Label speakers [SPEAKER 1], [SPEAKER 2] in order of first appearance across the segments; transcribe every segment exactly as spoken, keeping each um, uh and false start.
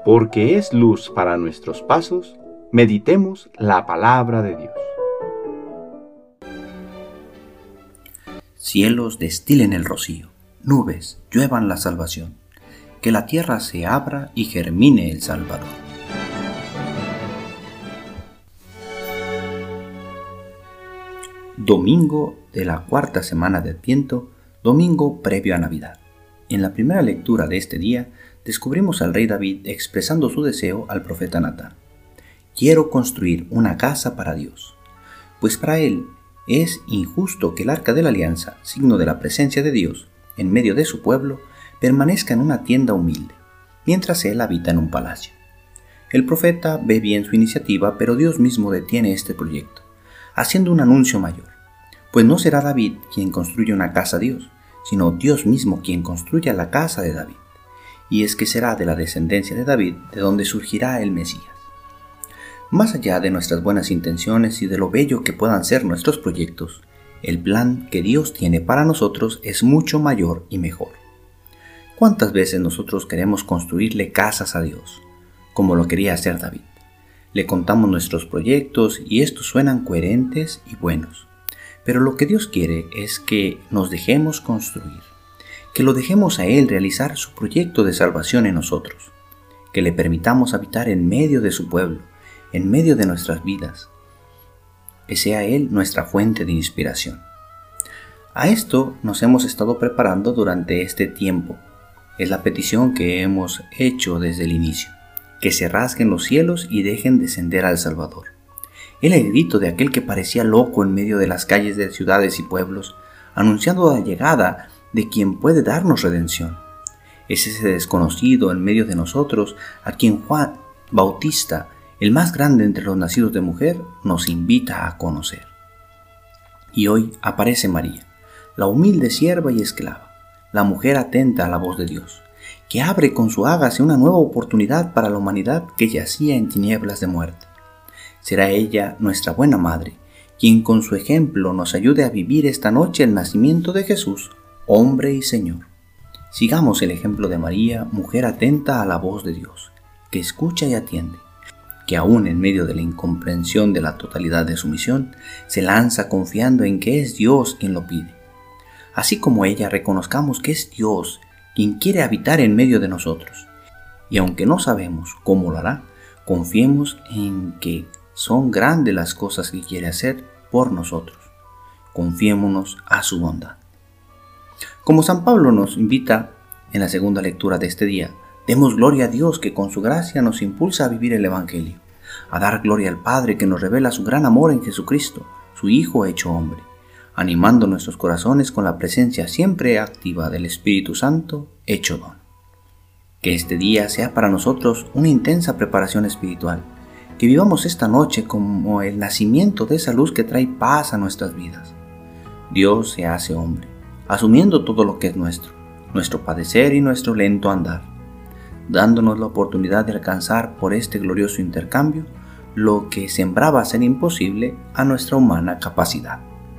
[SPEAKER 1] porque es luz para nuestros pasos, meditemos la palabra de Dios.
[SPEAKER 2] Cielos destilen el rocío, nubes lluevan la salvación, que la tierra se abra y germine el Salvador. Domingo de la cuarta semana de Adviento, domingo previo a Navidad. En la primera lectura de este día, descubrimos al rey David expresando su deseo al profeta Natán. Quiero construir una casa para Dios, pues para él es injusto que el arca de la alianza, signo de la presencia de Dios, en medio de su pueblo, permanezca en una tienda humilde, mientras él habita en un palacio. El profeta ve bien su iniciativa, pero Dios mismo detiene este proyecto, haciendo un anuncio mayor, pues no será David quien construya una casa a Dios, sino Dios mismo quien construya la casa de David. Y es que será de la descendencia de David de donde surgirá el Mesías. Más allá de nuestras buenas intenciones y de lo bello que puedan ser nuestros proyectos, el plan que Dios tiene para nosotros es mucho mayor y mejor. ¿Cuántas veces nosotros queremos construirle casas a Dios, como lo quería hacer David? Le contamos nuestros proyectos y estos suenan coherentes y buenos, pero lo que Dios quiere es que nos dejemos construir, que lo dejemos a Él realizar su proyecto de salvación en nosotros, que le permitamos habitar en medio de su pueblo, en medio de nuestras vidas, que sea Él nuestra fuente de inspiración. A esto nos hemos estado preparando durante este tiempo. Es la petición que hemos hecho desde el inicio, que se rasguen los cielos y dejen descender al Salvador. Era el grito de aquel que parecía loco en medio de las calles de ciudades y pueblos, anunciando la llegada de quien puede darnos redención. Es ese desconocido en medio de nosotros a quien Juan Bautista, el más grande entre los nacidos de mujer, nos invita a conocer. Y hoy aparece María, la humilde sierva y esclava, la mujer atenta a la voz de Dios, que abre con su hágase una nueva oportunidad para la humanidad que yacía en tinieblas de muerte. Será ella nuestra buena madre, quien con su ejemplo nos ayude a vivir esta noche el nacimiento de Jesús, hombre y Señor. Sigamos el ejemplo de María, mujer atenta a la voz de Dios, que escucha y atiende, que aún en medio de la incomprensión de la totalidad de su misión, se lanza confiando en que es Dios quien lo pide. Así como ella, reconozcamos que es Dios quien quiere habitar en medio de nosotros, y aunque no sabemos cómo lo hará, confiemos en que son grandes las cosas que quiere hacer por nosotros. Confiémonos a su bondad. Como San Pablo nos invita en la segunda lectura de este día, demos gloria a Dios que con su gracia nos impulsa a vivir el Evangelio, a dar gloria al Padre que nos revela su gran amor en Jesucristo, su Hijo hecho hombre, animando nuestros corazones con la presencia siempre activa del Espíritu Santo hecho don. Que este día sea para nosotros una intensa preparación espiritual, que vivamos esta noche como el nacimiento de esa luz que trae paz a nuestras vidas. Dios se hace hombre, asumiendo todo lo que es nuestro, nuestro padecer y nuestro lento andar, dándonos la oportunidad de alcanzar por este glorioso intercambio lo que sembraba ser imposible a nuestra humana capacidad.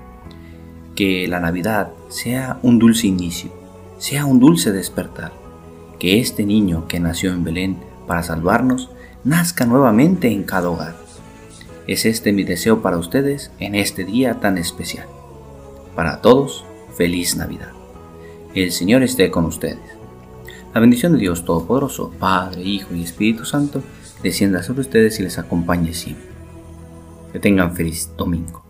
[SPEAKER 2] Que la Navidad sea un dulce inicio, sea un dulce despertar, que este niño que nació en Belén para salvarnos nazca nuevamente en cada hogar. Es este mi deseo para ustedes en este día tan especial. Para todos, feliz Navidad. El Señor esté con ustedes. La bendición de Dios Todopoderoso, Padre, Hijo y Espíritu Santo, descienda sobre ustedes y les acompañe siempre. Que tengan feliz domingo.